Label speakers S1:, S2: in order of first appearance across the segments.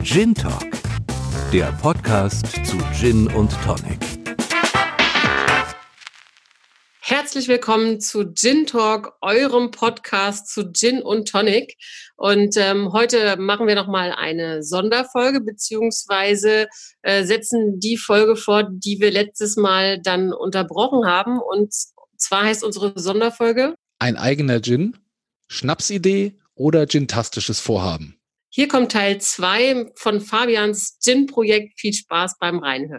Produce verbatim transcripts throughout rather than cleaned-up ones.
S1: Gin Talk, der Podcast zu Gin und Tonic.
S2: Herzlich willkommen zu Gin Talk, eurem Podcast zu Gin und Tonic. Und ähm, heute machen wir nochmal eine Sonderfolge, beziehungsweise äh, setzen die Folge fort, die wir letztes Mal dann unterbrochen haben. Und zwar heißt unsere Sonderfolge:
S3: Ein eigener Gin, Schnapsidee oder gintastisches Vorhaben.
S2: Hier kommt Teil zwei von Fabians Gin-Projekt. Viel Spaß beim Reinhören.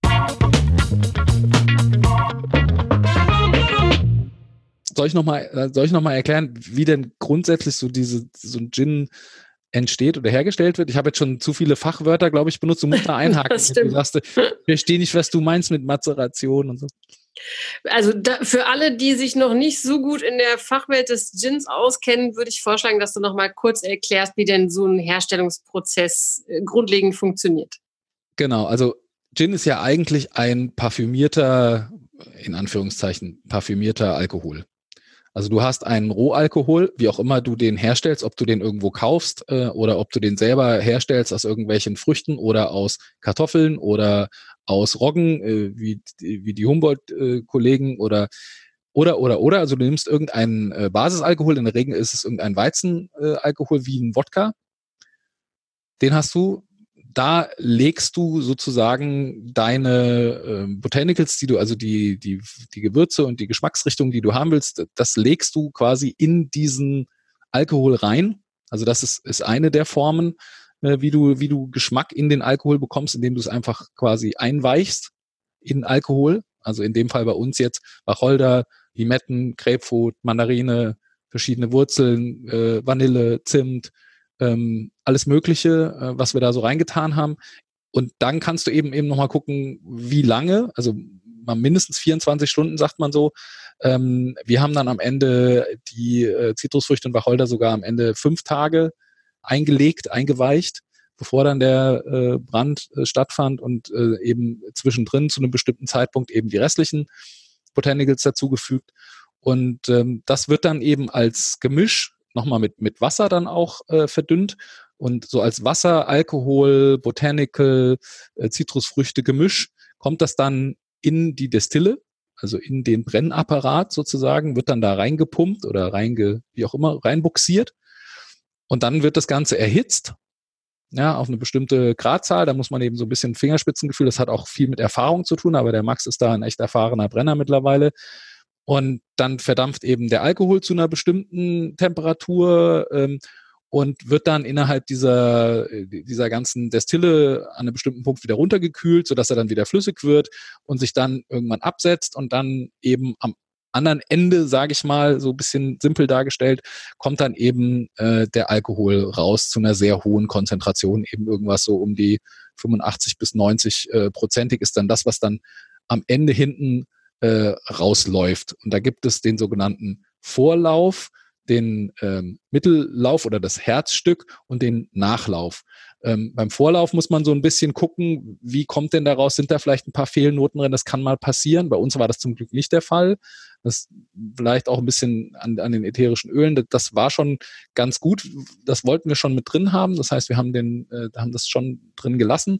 S3: Soll ich nochmal soll ich noch mal erklären, wie denn grundsätzlich so diese so ein Gin entsteht oder hergestellt wird? Ich habe jetzt schon zu viele Fachwörter, glaube ich, benutzt. Du musst da einhaken. Du sagst, ich verstehe nicht, was du meinst mit Mazeration und so.
S2: Also da, für alle, die sich noch nicht so gut in der Fachwelt des Gins auskennen, würde ich vorschlagen, dass du noch mal kurz erklärst, wie denn so ein Herstellungsprozess äh, grundlegend funktioniert.
S3: Genau, also Gin ist ja eigentlich ein parfümierter, in Anführungszeichen, parfümierter Alkohol. Also du hast einen Rohalkohol, wie auch immer du den herstellst, ob du den irgendwo kaufst äh, oder ob du den selber herstellst aus irgendwelchen Früchten oder aus Kartoffeln oder aus Roggen, äh, wie, wie die Humboldt-Kollegen äh, oder oder oder oder. Also du nimmst irgendeinen äh, Basisalkohol, in der Regel ist es irgendein Weizenalkohol äh, wie ein Wodka. Den hast du. Da legst du sozusagen deine äh, Botanicals, die du, also die, die, die Gewürze und die Geschmacksrichtung, die du haben willst, das legst du quasi in diesen Alkohol rein. Also das ist, ist eine der Formen, äh, wie du, wie du Geschmack in den Alkohol bekommst, indem du es einfach quasi einweichst in Alkohol. Also in dem Fall bei uns jetzt Wacholder, Limetten, Grapefruit, Mandarine, verschiedene Wurzeln, äh, Vanille, Zimt, Ähm, alles Mögliche, äh, was wir da so reingetan haben. Und dann kannst du eben eben nochmal gucken, wie lange, also mal mindestens vierundzwanzig Stunden, sagt man so. Ähm, wir haben dann am Ende die äh, Zitrusfrüchte und Wacholder sogar am Ende fünf Tage eingelegt, eingeweicht, bevor dann der äh, Brand äh, stattfand und äh, eben zwischendrin zu einem bestimmten Zeitpunkt eben die restlichen Botanicals dazugefügt. Und ähm, das wird dann eben als Gemisch nochmal mit, mit Wasser dann auch äh, verdünnt und so als Wasser, Alkohol, Botanical, äh, Zitrusfrüchte Gemisch kommt das dann in die Destille, also in den Brennapparat sozusagen, wird dann da reingepumpt oder reinge, wie auch immer, reinbuxiert und dann wird das Ganze erhitzt, ja, auf eine bestimmte Gradzahl, da muss man eben so ein bisschen Fingerspitzengefühl, das hat auch viel mit Erfahrung zu tun, aber der Max ist da ein echt erfahrener Brenner mittlerweile. Und dann verdampft eben der Alkohol zu einer bestimmten Temperatur ähm, und wird dann innerhalb dieser, dieser ganzen Destille an einem bestimmten Punkt wieder runtergekühlt, sodass er dann wieder flüssig wird und sich dann irgendwann absetzt und dann eben am anderen Ende, sage ich mal, so ein bisschen simpel dargestellt, kommt dann eben äh, der Alkohol raus zu einer sehr hohen Konzentration, eben irgendwas so um die fünfundachtzig bis neunzig äh, Prozentig ist dann das, was dann am Ende hinten Äh, rausläuft. Und da gibt es den sogenannten Vorlauf, den ähm, Mittellauf oder das Herzstück und den Nachlauf. Ähm, beim Vorlauf muss man so ein bisschen gucken, wie kommt denn daraus, sind da vielleicht ein paar Fehlnoten drin, das kann mal passieren. Bei uns war das zum Glück nicht der Fall. Das vielleicht auch ein bisschen an, an den ätherischen Ölen, das, das war schon ganz gut. Das wollten wir schon mit drin haben. Das heißt, wir haben, den, äh, haben das schon drin gelassen.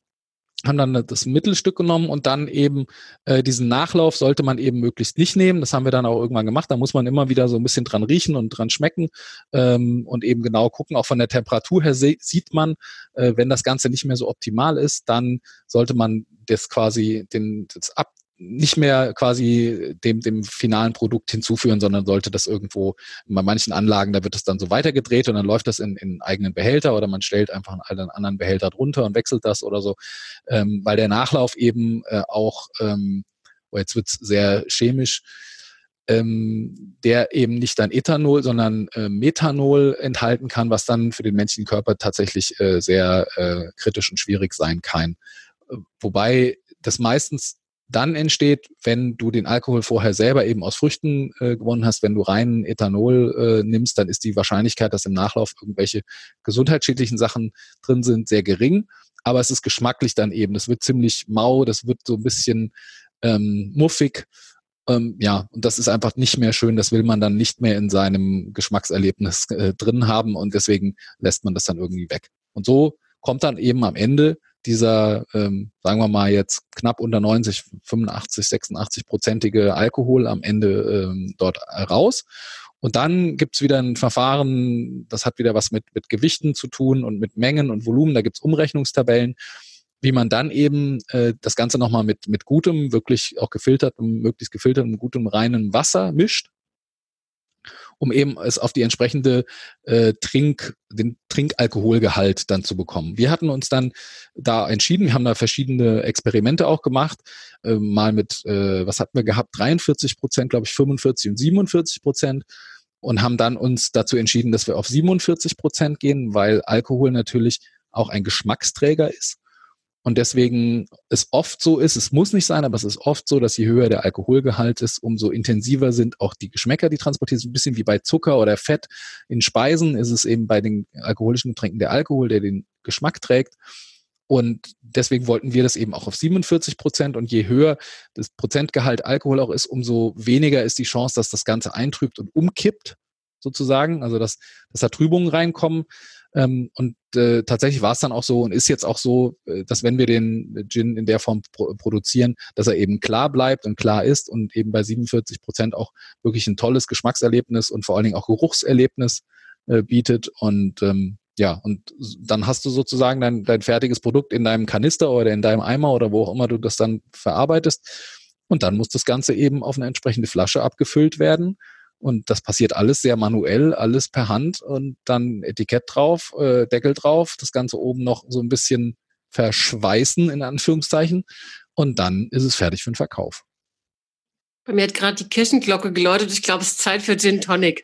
S3: Haben dann das Mittelstück genommen und dann eben äh, diesen Nachlauf sollte man eben möglichst nicht nehmen. Das haben wir dann auch irgendwann gemacht. Da muss man immer wieder so ein bisschen dran riechen und dran schmecken ähm, und eben genau gucken. Auch von der Temperatur her se- sieht man, äh, wenn das Ganze nicht mehr so optimal ist, dann sollte man das quasi den das ab nicht mehr quasi dem, dem finalen Produkt hinzuführen, sondern sollte das irgendwo, bei manchen Anlagen, da wird es dann so weitergedreht und dann läuft das in, in eigenen Behälter oder man stellt einfach einen anderen Behälter drunter und wechselt das oder so, ähm, weil der Nachlauf eben äh, auch, ähm, oh, jetzt wird's sehr chemisch, ähm, der eben nicht dann Ethanol, sondern äh, Methanol enthalten kann, was dann für den menschlichen Körper tatsächlich äh, sehr äh, kritisch und schwierig sein kann. Äh, wobei das meistens dann entsteht, wenn du den Alkohol vorher selber eben aus Früchten äh, gewonnen hast. Wenn du reinen Ethanol äh, nimmst, dann ist die Wahrscheinlichkeit, dass im Nachlauf irgendwelche gesundheitsschädlichen Sachen drin sind, sehr gering. Aber es ist geschmacklich dann eben, das wird ziemlich mau, das wird so ein bisschen ähm, muffig. Ähm, ja, und das ist einfach nicht mehr schön, das will man dann nicht mehr in seinem Geschmackserlebnis äh, drin haben und deswegen lässt man das dann irgendwie weg. Und so kommt dann eben am Ende dieser, ähm, sagen wir mal jetzt knapp unter neunzig, fünfundachtzig, sechsundachtzig-prozentige Alkohol am Ende ähm, dort raus. Und dann gibt's wieder ein Verfahren, das hat wieder was mit, mit Gewichten zu tun und mit Mengen und Volumen. Da gibt's Umrechnungstabellen, wie man dann eben äh, das Ganze nochmal mit, mit gutem, wirklich auch gefiltertem, möglichst gefiltertem, gutem, reinem Wasser mischt, um eben es auf die entsprechende äh, Trink, den Trinkalkoholgehalt dann zu bekommen. Wir hatten uns dann da entschieden, wir haben da verschiedene Experimente auch gemacht, äh, mal mit, äh, was hatten wir gehabt, dreiundvierzig Prozent, glaube ich, fünfundvierzig und siebenundvierzig Prozent und haben dann uns dazu entschieden, dass wir auf siebenundvierzig Prozent gehen, weil Alkohol natürlich auch ein Geschmacksträger ist. Und deswegen es oft so ist, es muss nicht sein, aber es ist oft so, dass je höher der Alkoholgehalt ist, umso intensiver sind auch die Geschmäcker, die transportiert sind. Ein bisschen wie bei Zucker oder Fett in Speisen ist es eben bei den alkoholischen Getränken der Alkohol, der den Geschmack trägt. Und deswegen wollten wir das eben auch auf siebenundvierzig Prozent. Und je höher das Prozentgehalt Alkohol auch ist, umso weniger ist die Chance, dass das Ganze eintrübt und umkippt, sozusagen. Also dass, dass da Trübungen reinkommen. Ähm, und äh, tatsächlich war es dann auch so und ist jetzt auch so, äh, dass wenn wir den Gin in der Form pro- produzieren, dass er eben klar bleibt und klar ist und eben bei siebenundvierzig Prozent auch wirklich ein tolles Geschmackserlebnis und vor allen Dingen auch Geruchserlebnis äh, bietet. Und ähm, ja, und dann hast du sozusagen dein, dein fertiges Produkt in deinem Kanister oder in deinem Eimer oder wo auch immer du das dann verarbeitest. Und dann muss das Ganze eben auf eine entsprechende Flasche abgefüllt werden. Und das passiert alles sehr manuell, alles per Hand und dann Etikett drauf, äh, Deckel drauf, das Ganze oben noch so ein bisschen verschweißen, in Anführungszeichen. Und dann ist es fertig für den Verkauf.
S2: Bei mir hat gerade die Kirchenglocke geläutet. Ich glaube, es ist Zeit für Gin Tonic.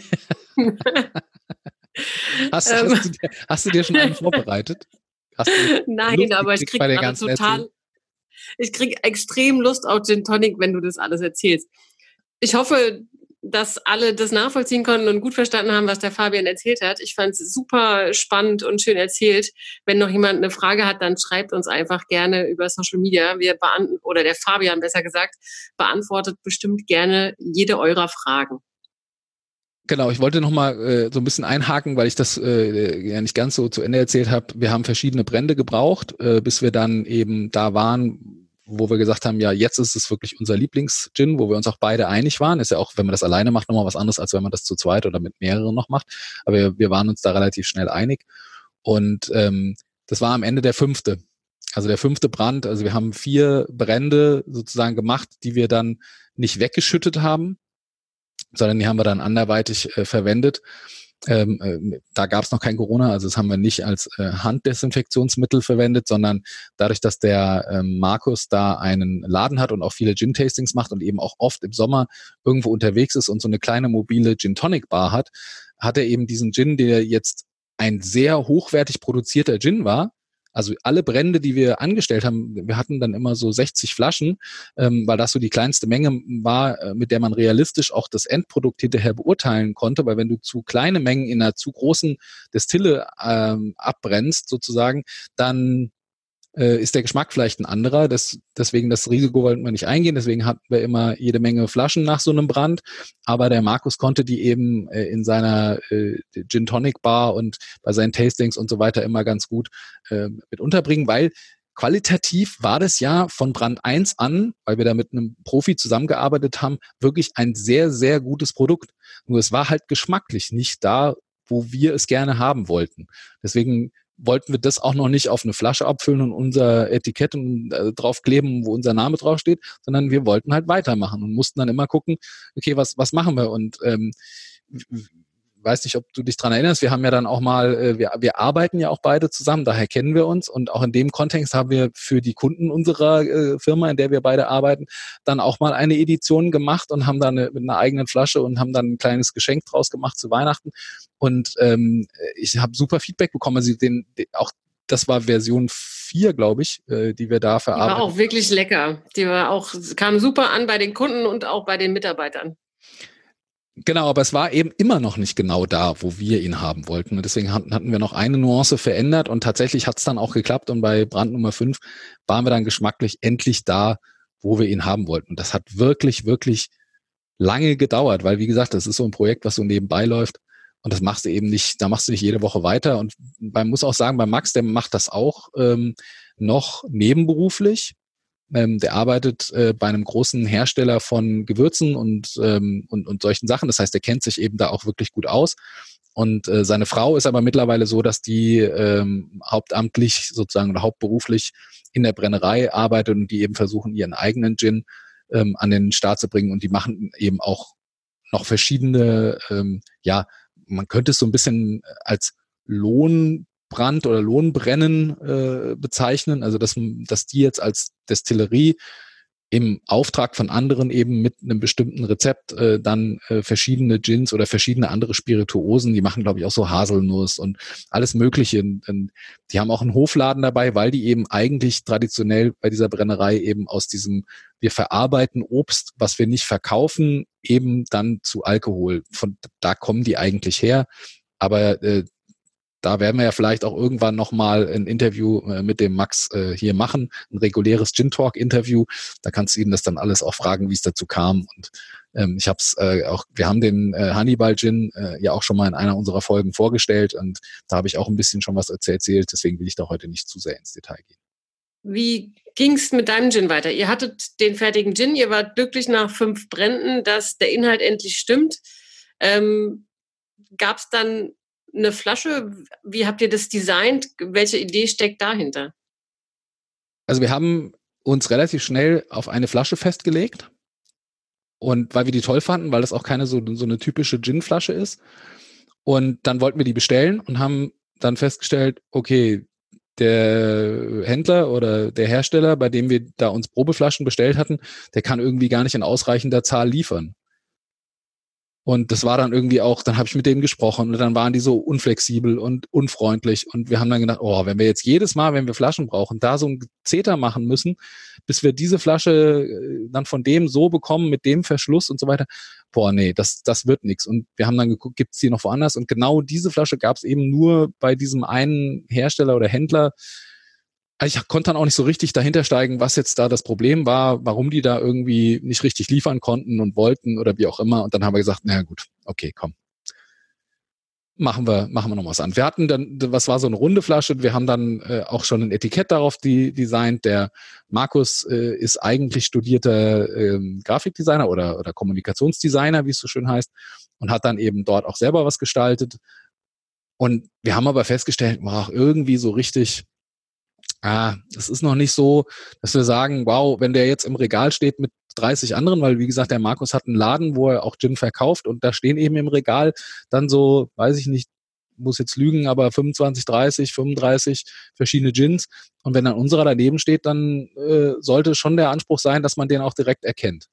S3: hast, hast, du dir, hast du dir schon einen vorbereitet? Hast du
S2: Nein,
S3: Lust
S2: aber ich kriege gerade total, Erzählung? ich kriege extrem Lust auf Gin Tonic, wenn du das alles erzählst. Ich hoffe, dass alle das nachvollziehen konnten und gut verstanden haben, was der Fabian erzählt hat. Ich fand es super spannend und schön erzählt. Wenn noch jemand eine Frage hat, dann schreibt uns einfach gerne über Social Media. Wir beantworten, oder der Fabian besser gesagt, beantwortet bestimmt gerne jede eurer Fragen.
S3: Genau, ich wollte noch mal äh, so ein bisschen einhaken, weil ich das äh, ja nicht ganz so zu Ende erzählt habe. Wir haben verschiedene Brände gebraucht, äh, bis wir dann eben da waren, wo wir gesagt haben, ja, jetzt ist es wirklich unser Lieblings-Gin, wo wir uns auch beide einig waren. Ist ja auch, wenn man das alleine macht, nochmal was anderes, als wenn man das zu zweit oder mit mehreren noch macht. Aber wir, wir waren uns da relativ schnell einig. Und ähm, das war am Ende der fünfte. Also der fünfte Brand. Also wir haben vier Brände sozusagen gemacht, die wir dann nicht weggeschüttet haben, sondern die haben wir dann anderweitig äh, verwendet. Ähm, äh, da gab es noch kein Corona, also das haben wir nicht als äh, Handdesinfektionsmittel verwendet, sondern dadurch, dass der ähm, Markus da einen Laden hat und auch viele Gin-Tastings macht und eben auch oft im Sommer irgendwo unterwegs ist und so eine kleine mobile Gin-Tonic-Bar hat, hat er eben diesen Gin, der jetzt ein sehr hochwertig produzierter Gin war. Also alle Brände, die wir angestellt haben, wir hatten dann immer so sechzig Flaschen, ähm, weil das so die kleinste Menge war, äh, mit der man realistisch auch das Endprodukt hinterher beurteilen konnte, weil wenn du zu kleine Mengen in einer zu großen Destille ähm, abbrennst sozusagen, dann äh, ist der Geschmack vielleicht ein anderer. Das, deswegen das Risiko wollten wir nicht eingehen, deswegen hatten wir immer jede Menge Flaschen nach so einem Brand, aber der Markus konnte die eben äh, in seiner äh, Gin Tonic Bar und bei seinen Tastings und so weiter immer ganz gut äh, mit unterbringen, weil qualitativ war das ja von Brand eins an, weil wir da mit einem Profi zusammengearbeitet haben, wirklich ein sehr, sehr gutes Produkt. Nur es war halt geschmacklich nicht da, wo wir es gerne haben wollten. Deswegen wollten wir das auch noch nicht auf eine Flasche abfüllen und unser Etikett äh, draufkleben, wo unser Name draufsteht, sondern wir wollten halt weitermachen und mussten dann immer gucken, okay, was was machen wir? Und ähm, weiß nicht, ob du dich dran erinnerst, wir haben ja dann auch mal, äh, wir, wir arbeiten ja auch beide zusammen, daher kennen wir uns und auch in dem Kontext haben wir für die Kunden unserer äh, Firma, in der wir beide arbeiten, dann auch mal eine Edition gemacht und haben dann eine, mit einer eigenen Flasche und haben dann ein kleines Geschenk draus gemacht zu Weihnachten und ähm, ich habe super Feedback bekommen, also den, den auch das war Version vier, glaube ich, äh, die wir da verarbeitet.
S2: Die war auch wirklich lecker. Die war auch, kam super an bei den Kunden und auch bei den Mitarbeitern.
S3: Genau, aber es war eben immer noch nicht genau da, wo wir ihn haben wollten. Und deswegen hatten wir noch eine Nuance verändert und tatsächlich hat es dann auch geklappt. Und bei Brand Nummer fünf waren wir dann geschmacklich endlich da, wo wir ihn haben wollten. Und das hat wirklich, wirklich lange gedauert, weil wie gesagt, das ist so ein Projekt, was so nebenbei läuft. Und das machst du eben nicht, da machst du nicht jede Woche weiter. Und man muss auch sagen, bei Max, der macht das auch ähm, noch nebenberuflich. Ähm, der arbeitet äh, bei einem großen Hersteller von Gewürzen und, ähm, und, und solchen Sachen. Das heißt, der kennt sich eben da auch wirklich gut aus. Und äh, seine Frau ist aber mittlerweile so, dass die ähm, hauptamtlich sozusagen oder hauptberuflich in der Brennerei arbeitet und die eben versuchen, ihren eigenen Gin ähm, an den Start zu bringen. Und die machen eben auch noch verschiedene, ähm, ja, man könnte es so ein bisschen als Lohnbrand oder Lohnbrennen äh, bezeichnen. Also dass, dass die jetzt als Destillerie im Auftrag von anderen eben mit einem bestimmten Rezept äh, dann äh, verschiedene Gins oder verschiedene andere Spirituosen, die machen, glaube ich, auch so Haselnuss und alles Mögliche. Und, und die haben auch einen Hofladen dabei, weil die eben eigentlich traditionell bei dieser Brennerei eben aus diesem, wir verarbeiten Obst, was wir nicht verkaufen, eben dann zu Alkohol. Von da kommen die eigentlich her. Aber äh, da werden wir ja vielleicht auch irgendwann nochmal ein Interview äh, mit dem Max äh, hier machen, ein reguläres Gin-Talk-Interview. Da kannst du ihn das dann alles auch fragen, wie es dazu kam. Und ähm, ich habe es äh, auch, wir haben den äh, Hannibal Gin äh, ja auch schon mal in einer unserer Folgen vorgestellt und da habe ich auch ein bisschen schon was erzählt, deswegen will ich da heute nicht zu sehr ins Detail gehen.
S2: Wie ging's mit deinem Gin weiter? Ihr hattet den fertigen Gin, ihr wart glücklich nach fünf Bränden, dass der Inhalt endlich stimmt. Ähm, Gab es dann eine Flasche? Wie habt ihr das designt? Welche Idee steckt dahinter?
S3: Also wir haben uns relativ schnell auf eine Flasche festgelegt und weil wir die toll fanden, weil das auch keine so, so eine typische Gin-Flasche ist. Und dann wollten wir die bestellen und haben dann festgestellt, okay, der Händler oder der Hersteller, bei dem wir da uns Probeflaschen bestellt hatten, der kann irgendwie gar nicht in ausreichender Zahl liefern. Und das war dann irgendwie auch, dann habe ich mit denen gesprochen und dann waren die so unflexibel und unfreundlich und wir haben dann gedacht, oh, wenn wir jetzt jedes Mal, wenn wir Flaschen brauchen, da so ein Zeter machen müssen, bis wir diese Flasche dann von dem so bekommen, mit dem Verschluss und so weiter, boah, nee, das das wird nichts. Und wir haben dann geguckt, gibt's die noch woanders? Und genau diese Flasche gab's eben nur bei diesem einen Hersteller oder Händler. Ich konnte dann auch nicht so richtig dahinter steigen, was jetzt da das Problem war, warum die da irgendwie nicht richtig liefern konnten und wollten oder wie auch immer. Und dann haben wir gesagt, na gut, okay, komm. Machen wir, machen wir noch was an. Wir hatten dann, was war so eine runde Flasche, wir haben dann äh, auch schon ein Etikett darauf die, designt. Der Markus äh, ist eigentlich studierter ähm, Grafikdesigner oder, oder Kommunikationsdesigner, wie es so schön heißt, und hat dann eben dort auch selber was gestaltet. Und wir haben aber festgestellt, boah, irgendwie so richtig, ah, es ist noch nicht so, dass wir sagen, wow, wenn der jetzt im Regal steht mit dreißig anderen, weil wie gesagt, der Markus hat einen Laden, wo er auch Gin verkauft und da stehen eben im Regal dann so, weiß ich nicht, muss jetzt lügen, aber fünfundzwanzig, dreißig, fünfunddreißig verschiedene Gins und wenn dann unserer daneben steht, dann äh, sollte schon der Anspruch sein, dass man den auch direkt erkennt.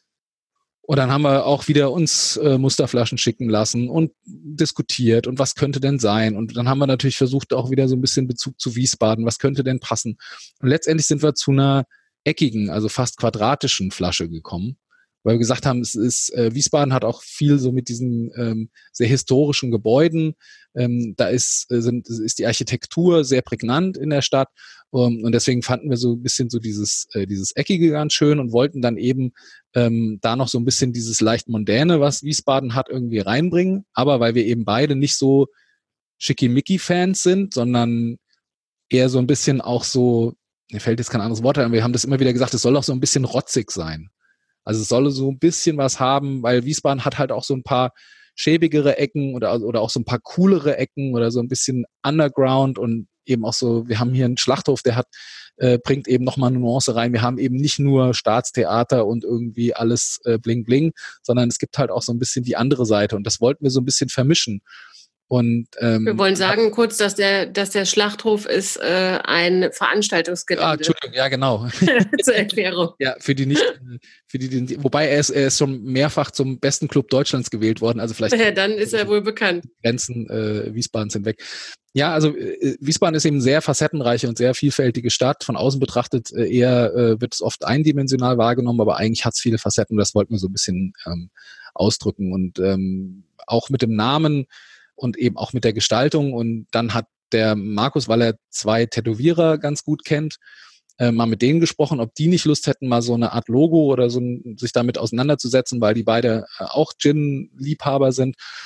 S3: Und dann haben wir auch wieder uns äh, Musterflaschen schicken lassen und diskutiert und was könnte denn sein. Und dann haben wir natürlich versucht, auch wieder so ein bisschen Bezug zu Wiesbaden, was könnte denn passen. Und letztendlich sind wir zu einer eckigen, also fast quadratischen Flasche gekommen, weil wir gesagt haben, es ist, äh, Wiesbaden hat auch viel so mit diesen ähm, sehr historischen Gebäuden. Ähm, da ist, äh, sind, ist die Architektur sehr prägnant in der Stadt. Um, und deswegen fanden wir so ein bisschen so dieses, äh, dieses Eckige ganz schön und wollten dann eben ähm, da noch so ein bisschen dieses leicht Mondäne, was Wiesbaden hat, irgendwie reinbringen. Aber weil wir eben beide nicht so Schickimicki-Fans sind, sondern eher so ein bisschen auch so, mir fällt jetzt kein anderes Wort ein, wir haben das immer wieder gesagt, es soll auch so ein bisschen rotzig sein. Also es soll so ein bisschen was haben, weil Wiesbaden hat halt auch so ein paar schäbigere Ecken oder, oder auch so ein paar coolere Ecken oder so ein bisschen Underground und eben auch so, wir haben hier einen Schlachthof, der hat, äh, bringt eben nochmal eine Nuance rein. Wir haben eben nicht nur Staatstheater und irgendwie alles äh, bling bling, sondern es gibt halt auch so ein bisschen die andere Seite und das wollten wir so ein bisschen vermischen. Und, ähm,
S2: wir wollen sagen kurz, dass der, dass der Schlachthof ist äh, ein Veranstaltungsgelände.
S3: Ah, Entschuldigung, ja genau.
S2: Zur Erklärung.
S3: Ja, für die nicht, für die, die wobei er ist, er ist schon mehrfach zum besten Club Deutschlands gewählt worden, also vielleicht.
S2: Ja, dann ist er wohl bekannt.
S3: Grenzen äh, Wiesbadens hinweg. Ja, also äh, Wiesbaden ist eben eine sehr facettenreiche und sehr vielfältige Stadt. Von außen betrachtet äh, eher äh, wird es oft eindimensional wahrgenommen, aber eigentlich hat es viele Facetten und das wollten wir so ein bisschen ähm, ausdrücken und ähm, auch mit dem Namen und eben auch mit der Gestaltung. Und dann hat der Markus, weil er zwei Tätowierer ganz gut kennt, äh, mal mit denen gesprochen, ob die nicht Lust hätten, mal so eine Art Logo oder so ein, sich damit auseinanderzusetzen, weil die beide äh, auch Gin-Liebhaber sind.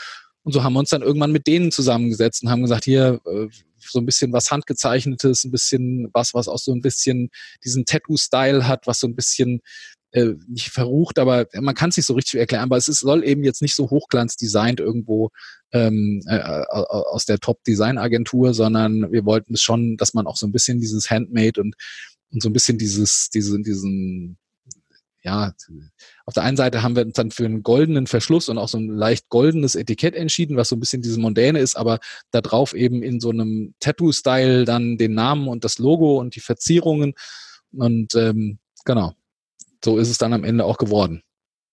S3: Und so haben wir uns dann irgendwann mit denen zusammengesetzt und haben gesagt, hier äh, so ein bisschen was Handgezeichnetes, ein bisschen was, was auch so ein bisschen diesen Tattoo-Style hat, was so ein bisschen äh, nicht verrucht, aber man kann es nicht so richtig erklären, aber es ist, soll eben jetzt nicht so hochglanz-designt irgendwo ähm, äh, aus der Top-Design-Agentur, sondern wir wollten es schon, dass man auch so ein bisschen dieses Handmade und, und so ein bisschen dieses, diesen, diesen ja, auf der einen Seite haben wir uns dann für einen goldenen Verschluss und auch so ein leicht goldenes Etikett entschieden, was so ein bisschen diese Mondäne ist, aber da drauf eben in so einem Tattoo-Style dann den Namen und das Logo und die Verzierungen und ähm, genau, so ist es dann am Ende auch geworden.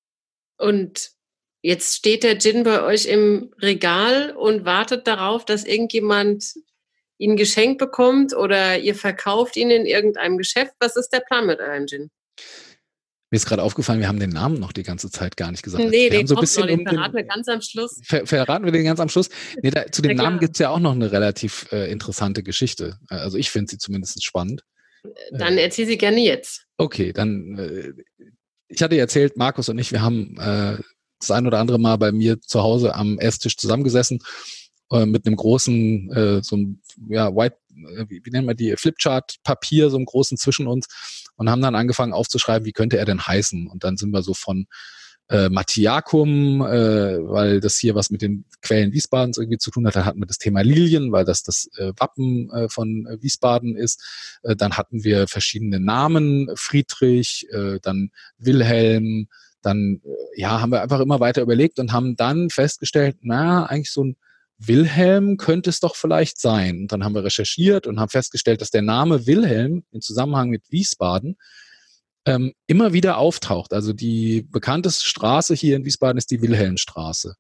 S2: Und jetzt steht der Gin bei euch im Regal und wartet darauf, dass irgendjemand ihn geschenkt bekommt oder ihr verkauft ihn in irgendeinem Geschäft. Was ist der Plan mit eurem Gin?
S3: Mir ist gerade aufgefallen, wir haben den Namen noch die ganze Zeit gar nicht gesagt.
S2: Nee,
S3: wir
S2: den
S3: haben so ein
S2: kommt
S3: bisschen
S2: noch, den
S3: um
S2: verraten
S3: den,
S2: wir ganz am Schluss.
S3: Ver, verraten wir den ganz am Schluss? Nee, da, zu dem
S2: Ja,
S3: Namen gibt es ja auch noch eine relativ äh, interessante Geschichte. Also ich finde sie zumindest spannend.
S2: Dann erzähl sie gerne jetzt.
S3: Okay, dann, äh, ich hatte erzählt, Markus und ich, wir haben äh, das ein oder andere Mal bei mir zu Hause am Esstisch zusammengesessen äh, mit einem großen, äh, so ein, ja, White, äh, wie, wie nennen wir die, Flipchart-Papier, so einem großen zwischen uns und haben dann angefangen aufzuschreiben, wie könnte er denn heißen? Und dann sind wir so von äh, Mattiacum, äh, weil das hier was mit den Quellen Wiesbadens irgendwie zu tun hat. Dann hatten wir das Thema Lilien, weil das das äh, Wappen äh, von äh, Wiesbaden ist. Äh, dann hatten wir verschiedene Namen, Friedrich, äh, dann Wilhelm, dann äh, ja, haben wir einfach immer weiter überlegt und haben dann festgestellt, na, eigentlich so ein Wilhelm könnte es doch vielleicht sein. Und dann haben wir recherchiert und haben festgestellt, dass der Name Wilhelm im Zusammenhang mit Wiesbaden ähm, immer wieder auftaucht. Also die bekannteste Straße hier in Wiesbaden ist die Wilhelmstraße.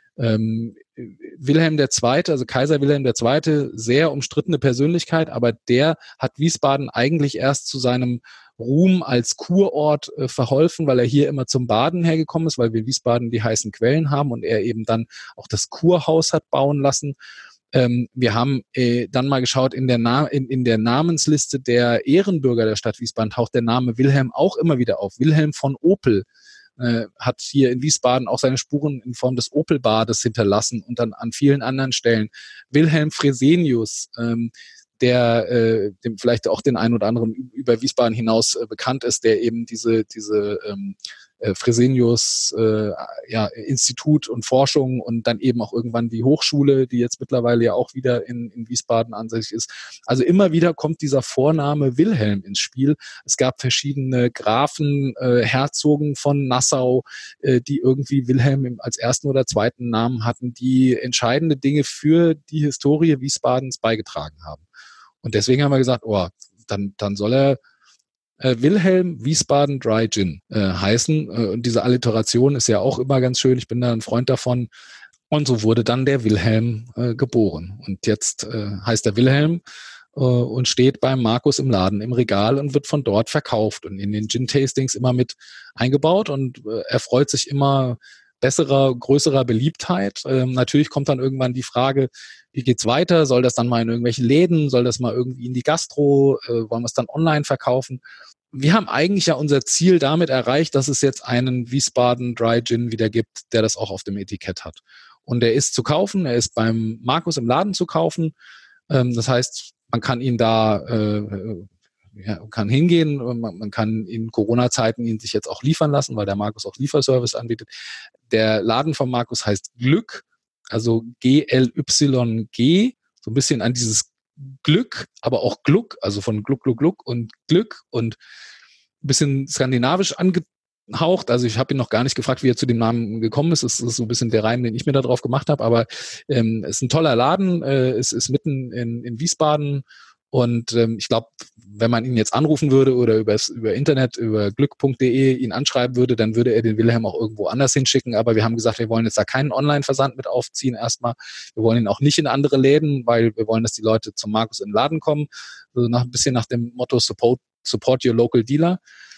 S3: Ähm, Wilhelm der Zweite, also Kaiser Wilhelm der Zweite, sehr umstrittene Persönlichkeit, aber der hat Wiesbaden eigentlich erst zu seinem Ruhm als Kurort äh, verholfen, weil er hier immer zum Baden hergekommen ist, weil wir Wiesbaden die heißen Quellen haben und er eben dann auch das Kurhaus hat bauen lassen. Ähm, wir haben äh, dann mal geschaut, in der, Na- in, in der Namensliste der Ehrenbürger der Stadt Wiesbaden taucht der Name Wilhelm auch immer wieder auf. Wilhelm von Opel äh, hat hier in Wiesbaden auch seine Spuren in Form des Opelbades hinterlassen und dann an vielen anderen Stellen. Wilhelm Fresenius, ähm, der äh, dem vielleicht auch den einen oder anderen über Wiesbaden hinaus äh, bekannt ist, der eben diese diese ähm, äh, Fresenius äh, ja, Institut und Forschung und dann eben auch irgendwann die Hochschule, die jetzt mittlerweile ja auch wieder in, in Wiesbaden ansässig ist. Also immer wieder kommt dieser Vorname Wilhelm ins Spiel. Es gab verschiedene Grafen, äh, Herzogen von Nassau, äh, die irgendwie Wilhelm als ersten oder zweiten Namen hatten, die entscheidende Dinge für die Historie Wiesbadens beigetragen haben. Und deswegen haben wir gesagt, oh, dann, dann soll er äh, Wilhelm Wiesbaden Dry Gin äh, heißen. Äh, und diese Alliteration ist ja auch immer ganz schön. Ich bin da ein Freund davon. Und so wurde dann der Wilhelm äh, geboren. Und jetzt äh, heißt er Wilhelm äh, und steht beim Markus im Laden im Regal und wird von dort verkauft und in den Gin-Tastings immer mit eingebaut und äh, erfreut sich immer besserer, größerer Beliebtheit. Ähm, natürlich kommt dann irgendwann die Frage, wie geht's weiter? Soll das dann mal in irgendwelchen Läden? Soll das mal irgendwie in die Gastro? Äh, wollen wir es dann online verkaufen? Wir haben eigentlich ja unser Ziel damit erreicht, dass es jetzt einen Wiesbaden Dry Gin wieder gibt, der das auch auf dem Etikett hat. Und der ist zu kaufen, er ist beim Markus im Laden zu kaufen. Ähm, das heißt, man kann ihn da äh, ja, kann hingehen, man, man kann in Corona-Zeiten ihn sich jetzt auch liefern lassen, weil der Markus auch Lieferservice anbietet. Der Laden von Markus heißt Glück, also G L Y G, so ein bisschen an dieses Glück, aber auch Gluck, also von Gluck, Gluck, Gluck und Glück und ein bisschen skandinavisch angehaucht. Also ich habe ihn noch gar nicht gefragt, wie er zu dem Namen gekommen ist. Es ist so ein bisschen der Reim, den ich mir da drauf gemacht habe, aber ähm, es ist ein toller Laden, äh, es ist mitten in, in Wiesbaden. Und ähm, ich glaube, wenn man ihn jetzt anrufen würde oder übers, über Internet, über glück punkt de ihn anschreiben würde, dann würde er den Wilhelm auch irgendwo anders hinschicken. Aber wir haben gesagt, wir wollen jetzt da keinen Online-Versand mit aufziehen erstmal. Wir wollen ihn auch nicht in andere Läden, weil wir wollen, dass die Leute zum Markus in den Laden kommen. Also nach, ein bisschen nach dem Motto Support, support your local dealer.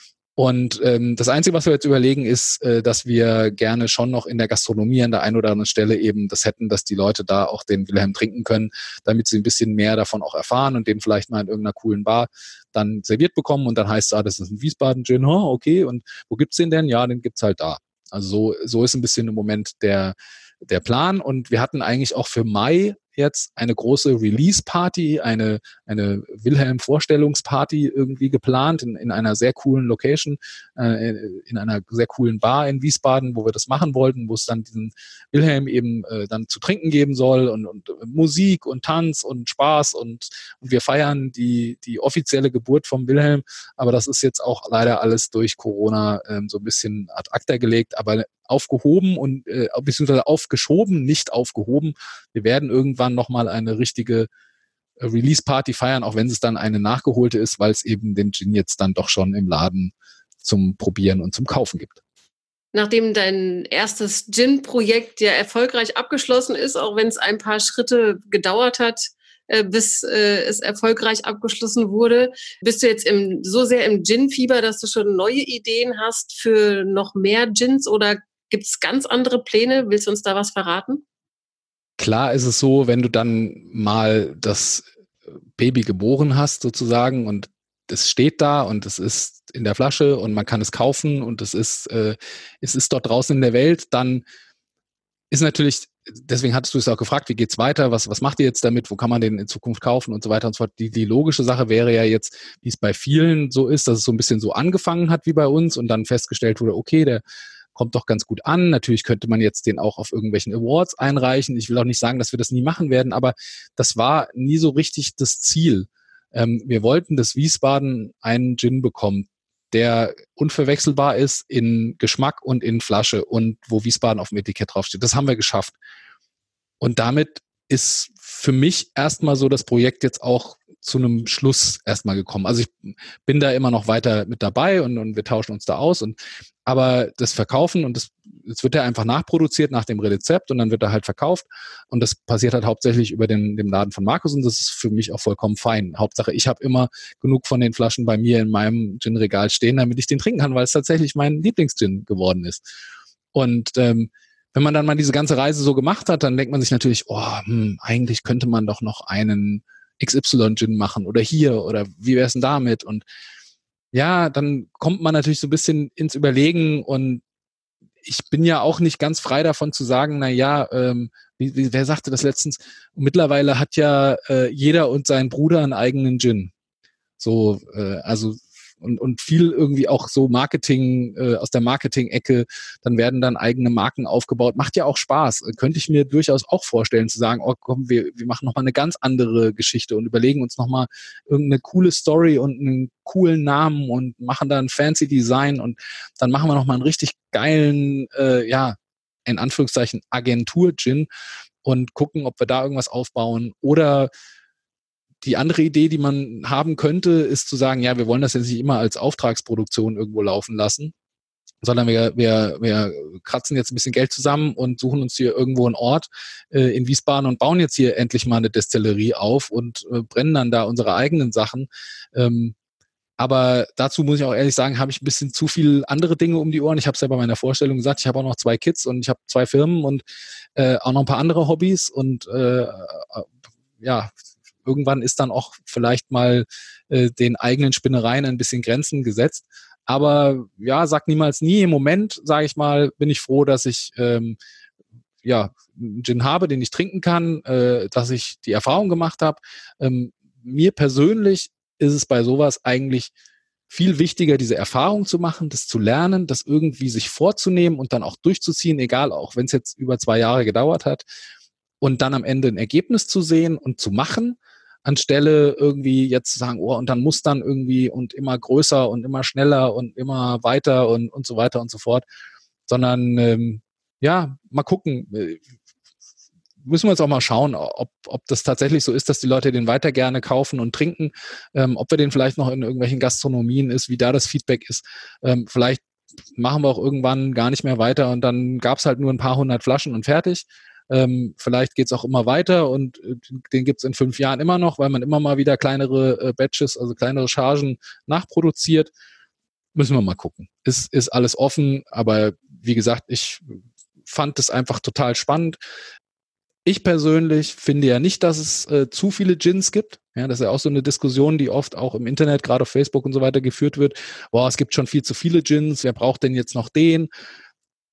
S3: Und ähm, das Einzige, was wir jetzt überlegen, ist, äh, dass wir gerne schon noch in der Gastronomie an der einen oder anderen Stelle eben das hätten, dass die Leute da auch den Wilhelm trinken können, damit sie ein bisschen mehr davon auch erfahren und den vielleicht mal in irgendeiner coolen Bar dann serviert bekommen und dann heißt es, ah, das ist ein Wiesbaden-Gin, oh, okay, und wo gibt's den denn? Ja, den gibt's halt da. Also so, so ist ein bisschen im Moment der der Plan. Und wir hatten eigentlich auch für Mai jetzt eine große Release-Party, eine, eine Wilhelm-Vorstellungsparty irgendwie geplant in, in einer sehr coolen Location, äh, in einer sehr coolen Bar in Wiesbaden, wo wir das machen wollten, wo es dann diesen Wilhelm eben äh, dann zu trinken geben soll und, und Musik und Tanz und Spaß und, und wir feiern die, die offizielle Geburt vom Wilhelm. Aber das ist jetzt auch leider alles durch Corona ähm, so ein bisschen ad acta gelegt, aber aufgehoben und äh, beziehungsweise aufgeschoben, nicht aufgehoben. Wir werden irgendwann nochmal eine richtige äh, Release-Party feiern, auch wenn es dann eine nachgeholte ist, weil es eben den Gin jetzt dann doch schon im Laden zum Probieren und zum Kaufen gibt.
S2: Nachdem dein erstes Gin-Projekt ja erfolgreich abgeschlossen ist, auch wenn es ein paar Schritte gedauert hat, äh, bis äh, es erfolgreich abgeschlossen wurde, bist du jetzt im, so sehr im Gin-Fieber, dass du schon neue Ideen hast für noch mehr Gins oder gibt es ganz andere Pläne? Willst du uns da was verraten?
S3: Klar ist es so, wenn du dann mal das Baby geboren hast sozusagen und es steht da und es ist in der Flasche und man kann es kaufen und es ist, äh, es ist dort draußen in der Welt, dann ist natürlich, deswegen hattest du es auch gefragt, wie geht's weiter, was, was macht ihr jetzt damit, wo kann man den in Zukunft kaufen und so weiter und so fort. Die, die logische Sache wäre ja jetzt, wie es bei vielen so ist, dass es so ein bisschen so angefangen hat wie bei uns und dann festgestellt wurde, okay, der kommt doch ganz gut an. Natürlich könnte man jetzt den auch auf irgendwelchen Awards einreichen. Ich will auch nicht sagen, dass wir das nie machen werden, aber das war nie so richtig das Ziel. Ähm, wir wollten, dass Wiesbaden einen Gin bekommt, der unverwechselbar ist in Geschmack und in Flasche und wo Wiesbaden auf dem Etikett draufsteht. Das haben wir geschafft. Und damit ist für mich erstmal so das Projekt jetzt auch zu einem Schluss erstmal gekommen. Also ich bin da immer noch weiter mit dabei und, und wir tauschen uns da aus. Und aber das Verkaufen und das, das wird ja einfach nachproduziert nach dem Rezept und dann wird er halt verkauft. Und das passiert halt hauptsächlich über den, den Laden von Markus und das ist für mich auch vollkommen fein. Hauptsache, ich habe immer genug von den Flaschen bei mir in meinem Gin-Regal stehen, damit ich den trinken kann, weil es tatsächlich mein Lieblingsgin geworden ist. Und ähm, wenn man dann mal diese ganze Reise so gemacht hat, dann denkt man sich natürlich, oh, hm, eigentlich könnte man doch noch einen X Y-Gin machen oder hier oder wie wäre es denn damit? Und ja, dann kommt man natürlich so ein bisschen ins Überlegen und ich bin ja auch nicht ganz frei davon zu sagen, na ja, ähm, wie, wie, wer sagte das letztens? Mittlerweile hat ja äh, jeder und sein Bruder einen eigenen Gin. So, äh, also und, und viel irgendwie auch so Marketing, äh, aus der Marketing-Ecke, dann werden dann eigene Marken aufgebaut. Macht ja auch Spaß. Könnte ich mir durchaus auch vorstellen, zu sagen, oh komm, wir, wir machen nochmal eine ganz andere Geschichte und überlegen uns nochmal irgendeine coole Story und einen coolen Namen und machen da ein fancy Design und dann machen wir nochmal einen richtig geilen, äh, ja, in Anführungszeichen Agentur-Gin und gucken, ob wir da irgendwas aufbauen oder die andere Idee, die man haben könnte, ist zu sagen, ja, wir wollen das jetzt nicht immer als Auftragsproduktion irgendwo laufen lassen, sondern wir, wir, wir kratzen jetzt ein bisschen Geld zusammen und suchen uns hier irgendwo einen Ort äh, in Wiesbaden und bauen jetzt hier endlich mal eine Destillerie auf und äh, brennen dann da unsere eigenen Sachen. Ähm, aber dazu muss ich auch ehrlich sagen, habe ich ein bisschen zu viel andere Dinge um die Ohren. Ich habe es ja bei meiner Vorstellung gesagt, ich habe auch noch zwei Kids und ich habe zwei Firmen und äh, auch noch ein paar andere Hobbys und äh, ja, irgendwann ist dann auch vielleicht mal äh, den eigenen Spinnereien ein bisschen Grenzen gesetzt. Aber ja, sag niemals nie. Im Moment, sage ich mal, bin ich froh, dass ich ähm, ja einen Gin habe, den ich trinken kann, äh, dass ich die Erfahrung gemacht habe. Ähm, mir persönlich ist es bei sowas eigentlich viel wichtiger, diese Erfahrung zu machen, das zu lernen, das irgendwie sich vorzunehmen und dann auch durchzuziehen, egal, auch wenn es jetzt über zwei Jahre gedauert hat. Und dann am Ende ein Ergebnis zu sehen und zu machen, anstelle irgendwie jetzt zu sagen, oh, und dann muss dann irgendwie und immer größer und immer schneller und immer weiter und, und so weiter und so fort. Sondern, ähm, ja, mal gucken. Müssen wir jetzt auch mal schauen, ob, ob das tatsächlich so ist, dass die Leute den weiter gerne kaufen und trinken, ähm, ob wir den vielleicht noch in irgendwelchen Gastronomien ist, wie da das Feedback ist. Ähm, vielleicht machen wir auch irgendwann gar nicht mehr weiter und dann gab es halt nur ein paar hundert Flaschen und fertig. Ähm, vielleicht geht's auch immer weiter und äh, den gibt's in fünf Jahren immer noch, weil man immer mal wieder kleinere äh, Batches, also kleinere Chargen nachproduziert. Müssen wir mal gucken. Ist, ist alles offen, aber wie gesagt, ich fand es einfach total spannend. Ich persönlich finde ja nicht, dass es äh, zu viele Gins gibt. Ja, das ist ja auch so eine Diskussion, die oft auch im Internet, gerade auf Facebook und so weiter geführt wird. Boah, es gibt schon viel zu viele Gins, wer braucht denn jetzt noch den?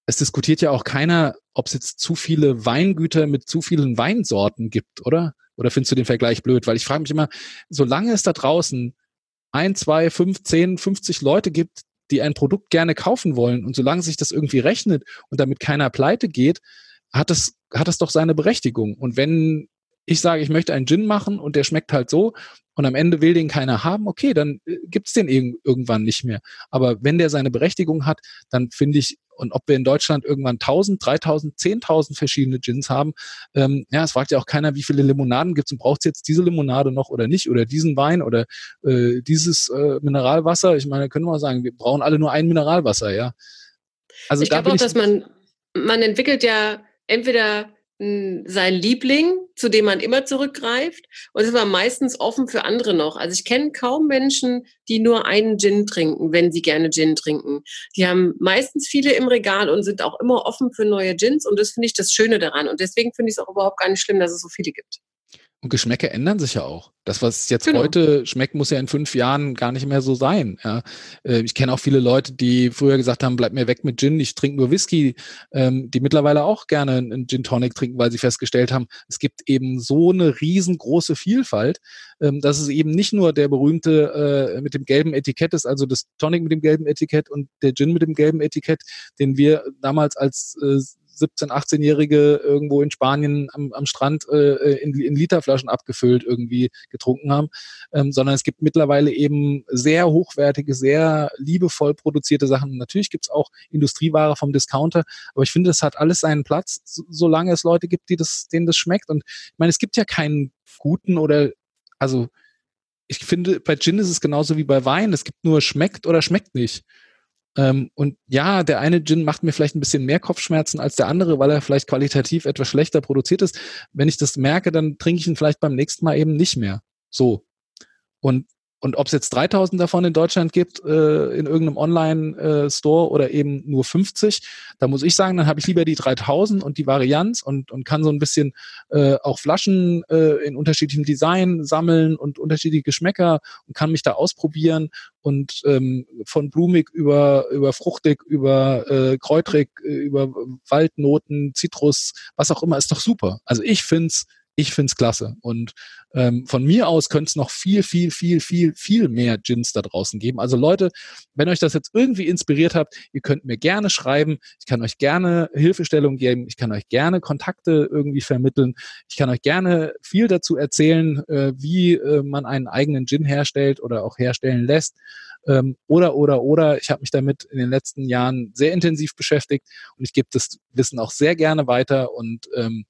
S3: es diskutiert ja auch keiner, ob es jetzt zu viele Weingüter mit zu vielen Weinsorten gibt, oder? Oder findest du den Vergleich blöd? Weil ich frage mich immer, solange es da draußen ein, zwei, fünf, zehn, fünfzig Leute gibt, die ein Produkt gerne kaufen wollen und solange sich das irgendwie rechnet und damit keiner pleite geht, hat es, hat es doch seine Berechtigung. Und wenn ich sage, ich möchte einen Gin machen und der schmeckt halt so und am Ende will den keiner haben, okay, dann gibt's den irg- irgendwann nicht mehr. Aber wenn der seine Berechtigung hat, dann finde ich, und ob wir in Deutschland irgendwann tausend, dreitausend, zehntausend verschiedene Gins haben, ähm, ja, es fragt ja auch keiner, wie viele Limonaden gibt's und braucht's jetzt diese Limonade noch oder nicht oder diesen Wein oder äh, dieses äh, Mineralwasser. Ich meine, können wir mal sagen, wir brauchen alle nur ein Mineralwasser, ja. Also
S2: Ich
S3: da
S2: glaube
S3: bin
S2: auch,
S3: ich,
S2: dass man, man entwickelt ja entweder mh, seinen Liebling, zu dem man immer zurückgreift, und ist aber meistens offen für andere noch. Also ich kenne kaum Menschen, die nur einen Gin trinken, wenn sie gerne Gin trinken. Die haben meistens viele im Regal und sind auch immer offen für neue Gins und das finde ich das Schöne daran. Und deswegen finde ich es auch überhaupt gar nicht schlimm, dass es so viele gibt.
S3: und Geschmäcker ändern sich ja auch. Das, was jetzt
S2: Genau.
S3: heute schmeckt, muss ja in fünf Jahren gar nicht mehr so sein. Ja. Äh, Ich kenne auch viele Leute, die früher gesagt haben, bleib mir weg mit Gin, ich trinke nur Whisky, ähm, die mittlerweile auch gerne einen Gin Tonic trinken, weil sie festgestellt haben, es gibt eben so eine riesengroße Vielfalt, ähm, dass es eben nicht nur der berühmte äh, mit dem gelben Etikett ist, also das Tonic mit dem gelben Etikett und der Gin mit dem gelben Etikett, den wir damals als äh, siebzehn-, achtzehnjährige irgendwo in Spanien am, am Strand äh, in, in Literflaschen abgefüllt irgendwie getrunken haben, ähm, sondern es gibt mittlerweile eben sehr hochwertige, sehr liebevoll produzierte Sachen. Natürlich gibt es auch Industrieware vom Discounter, aber ich finde, es hat alles seinen Platz, so, solange es Leute gibt, die das, denen das schmeckt. Und ich meine, es gibt ja keinen guten oder, also ich finde, bei Gin ist es genauso wie bei Wein, es gibt nur schmeckt oder schmeckt nicht. Ähm, und ja, der eine Gin macht mir vielleicht ein bisschen mehr Kopfschmerzen als der andere, weil er vielleicht qualitativ etwas schlechter produziert ist. Wenn ich das merke, dann trinke ich ihn vielleicht beim nächsten Mal eben nicht mehr. So. Und Und ob es jetzt dreitausend davon in Deutschland gibt, äh, in irgendeinem Online-Store oder eben nur fünfzig, da muss ich sagen, dann habe ich lieber die dreitausend und die Varianz und, und kann so ein bisschen äh, auch Flaschen äh, in unterschiedlichem Design sammeln und unterschiedliche Geschmäcker und kann mich da ausprobieren und ähm, von blumig über, über fruchtig, über äh, kräutrig, äh, über Waldnoten, Zitrus, was auch immer, ist doch super. Also ich find's Ich find's klasse. Und ähm, von mir aus könnte es noch viel, viel, viel, viel, viel mehr Gins da draußen geben. Also Leute, wenn euch das jetzt irgendwie inspiriert habt, ihr könnt mir gerne schreiben. Ich kann euch gerne Hilfestellung geben. Ich kann euch gerne Kontakte irgendwie vermitteln. Ich kann euch gerne viel dazu erzählen, äh, wie äh, man einen eigenen Gin herstellt oder auch herstellen lässt. Ähm, oder, oder, oder. Ich habe mich damit in den letzten Jahren sehr intensiv beschäftigt und ich gebe das Wissen auch sehr gerne weiter. Und ähm,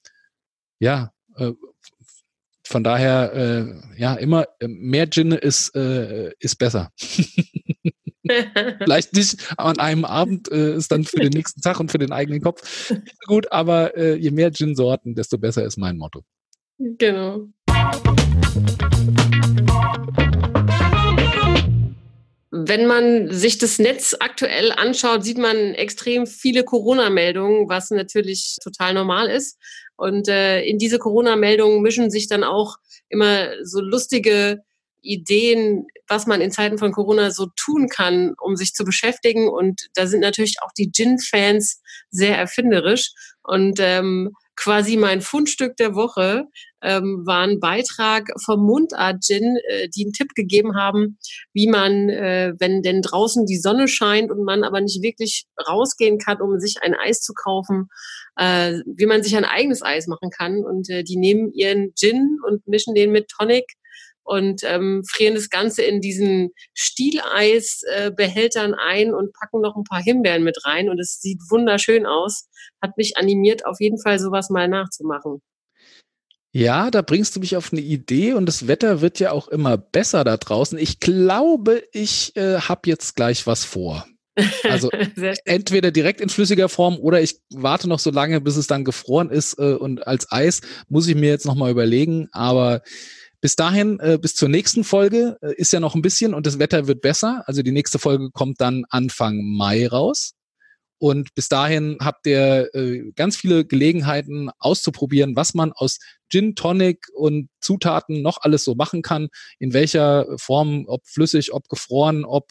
S3: ja, von daher, äh, ja, immer mehr Gin ist, äh, ist besser. Vielleicht nicht an einem Abend, äh, ist dann für den nächsten Tag und für den eigenen Kopf nicht so gut, aber äh, je mehr Gin-Sorten, desto besser ist mein Motto.
S2: Genau. Wenn man sich das Netz aktuell anschaut, sieht man extrem viele Corona-Meldungen, was natürlich total normal ist. Und äh, in diese Corona-Meldungen mischen sich dann auch immer so lustige Ideen, was man in Zeiten von Corona so tun kann, um sich zu beschäftigen. Und da sind natürlich auch die Gin-Fans sehr erfinderisch. Und ähm, quasi mein Fundstück der Woche ähm, war ein Beitrag vom Mundart Gin, äh, die einen Tipp gegeben haben, wie man, äh, wenn denn draußen die Sonne scheint und man aber nicht wirklich rausgehen kann, um sich ein Eis zu kaufen, äh, wie man sich ein eigenes Eis machen kann. Und äh, die nehmen ihren Gin und mischen den mit Tonic und ähm, frieren das Ganze in diesen Stieleisbehältern äh, ein und packen noch ein paar Himbeeren mit rein. Und es sieht wunderschön aus. Hat mich animiert, auf jeden Fall sowas mal nachzumachen.
S3: Ja, da bringst du mich auf eine Idee und das Wetter wird ja auch immer besser da draußen. Ich glaube, ich äh, habe jetzt gleich was vor. Also entweder direkt in flüssiger Form oder ich warte noch so lange, bis es dann gefroren ist äh, und als Eis muss ich mir jetzt nochmal überlegen. Aber bis dahin, äh, bis zur nächsten Folge äh, ist ja noch ein bisschen und das Wetter wird besser. Also die nächste Folge kommt dann Anfang Mai raus. Und bis dahin habt ihr äh, ganz viele Gelegenheiten auszuprobieren, was man aus Gin, Tonic und Zutaten noch alles so machen kann, in welcher Form, ob flüssig, ob gefroren, ob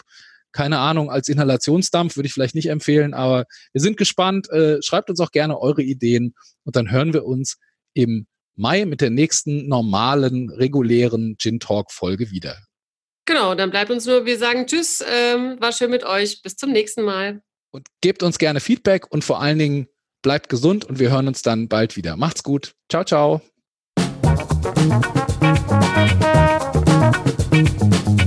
S3: keine Ahnung, als Inhalationsdampf würde ich vielleicht nicht empfehlen, aber wir sind gespannt. Äh, schreibt uns auch gerne eure Ideen und dann hören wir uns im Mai mit der nächsten normalen, regulären Gin Talk Folge wieder.
S2: Genau, dann bleibt uns nur, wir sagen Tschüss, ähm, war schön mit euch, bis zum nächsten Mal.
S3: Und gebt uns gerne Feedback und vor allen Dingen bleibt gesund und wir hören uns dann bald wieder. Macht's gut. Ciao, ciao.